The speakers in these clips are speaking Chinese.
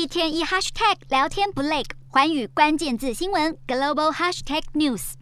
天一 hashtag 聊天不累，寰宇关键字新闻 global hashtag news。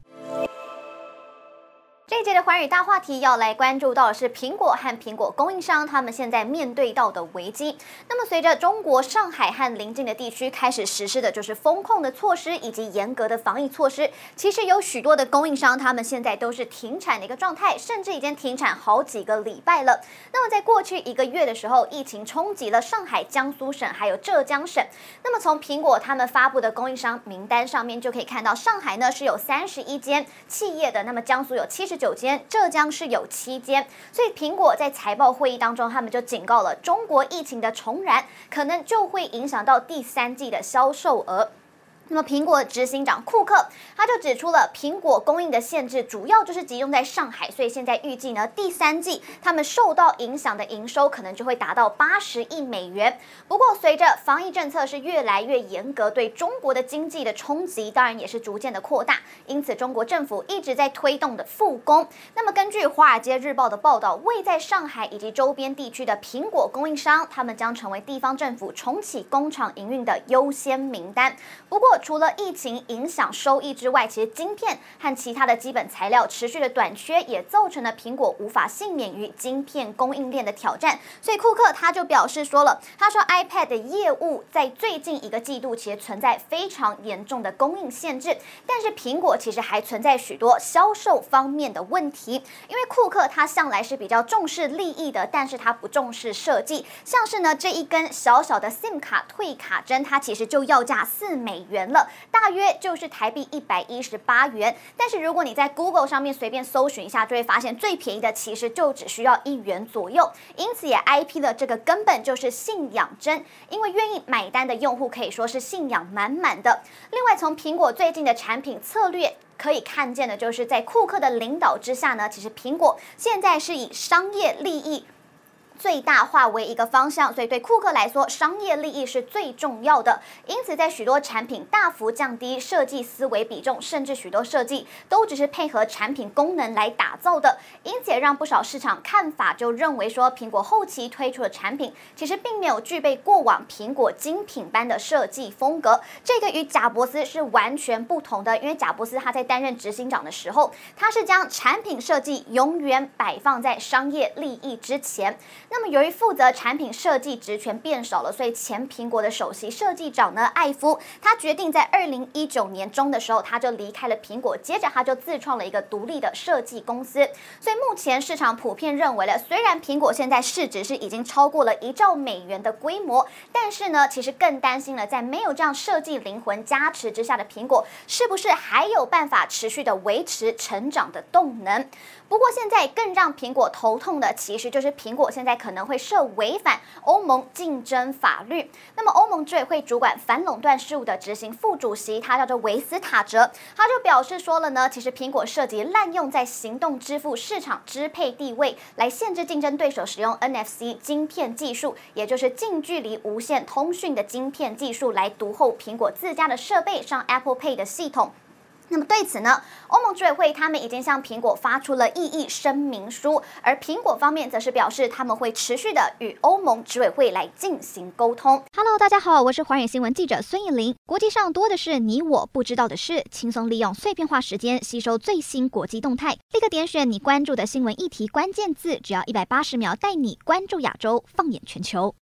这一节的寰宇大话题要来关注到的是苹果和苹果供应商他们现在面对到的危机。那么随着中国上海和邻近的地区开始实施的就是封控的措施以及严格的防疫措施，其实有许多的供应商他们现在都是停产的一个状态，甚至已经停产好几个礼拜了。那么在过去1个月的时候，疫情冲击了上海、江苏省还有浙江省。那么从苹果他们发布的供应商名单上面就可以看到，上海呢是有31间企业的，那么江苏有79间，浙江是有7间，所以苹果在财报会议当中，他们就警告了，中国疫情的重燃可能就会影响到第3季的销售额。那么苹果执行长库克他就指出了，苹果供应的限制主要就是集中在上海，所以现在预计呢，第3季他们受到影响的营收可能就会达到80亿美元。不过随着防疫政策是越来越严格，对中国的经济的冲击当然也是逐渐的扩大，因此中国政府一直在推动的复工。那么根据华尔街日报的报道，位在上海以及周边地区的苹果供应商，他们将成为地方政府重启工厂营运的优先名单。不过除了疫情影响收益之外，其实晶片和其他的基本材料持续的短缺，也造成了苹果无法幸免于晶片供应链的挑战。所以库克他就表示说了，他说 iPad 的业务在最近1个季度其实存在非常严重的供应限制，但是苹果其实还存在许多销售方面的问题。因为库克他向来是比较重视利益的，但是他不重视设计，像是呢这一根小小的 SIM 卡退卡针，它其实就要价4美元了，大约就是台币118元。但是如果你在 Google 上面随便搜寻一下，就会发现最便宜的其实就只需要1元左右。因此也 IP 了这个根本就是信仰针，因为愿意买单的用户可以说是信仰满满的。另外从苹果最近的产品策略可以看见的，就是在库克的领导之下呢，其实苹果现在是以商业利益最大化为一个方向，所以对库克来说，商业利益是最重要的。因此在许多产品大幅降低设计思维比重，甚至许多设计都只是配合产品功能来打造的。因此也让不少市场看法就认为说，苹果后期推出的产品其实并没有具备过往苹果精品般的设计风格。这个与贾伯斯是完全不同的，因为贾伯斯他在担任执行长的时候，他是将产品设计永远摆放在商业利益之前。那么由于负责产品设计职权变少了，所以前苹果的首席设计长呢艾夫，他决定在2019年中的时候，他就离开了苹果，接着他就自创了一个独立的设计公司。所以目前市场普遍认为了，虽然苹果现在市值是已经超过了1兆美元的规模，但是呢，其实更担心了，在没有这样设计灵魂加持之下的苹果，是不是还有办法持续的维持成长的动能？不过现在更让苹果头痛的，其实就是苹果现在可能会涉违反欧盟竞争法律。那么欧盟执委会主管反垄断事务的执行副主席，他叫做维斯塔哲，他就表示说了呢，其实苹果涉及滥用在行动支付市场支配地位，来限制竞争对手使用 NFC 晶片技术，也就是近距离无线通讯的晶片技术，来读后苹果自家的设备上 Apple Pay 的系统。那么对此呢，欧盟执委会他们已经向苹果发出了异议声明书，而苹果方面则是表示他们会持续的与欧盟执委会来进行沟通。 Hello， 大家好，我是寰宇新闻记者孙艺玲。国际上多的是你我不知道的事，轻松利用碎片化时间吸收最新国际动态，立刻点选你关注的新闻议题关键字，只要180秒带你关注亚洲，放眼全球。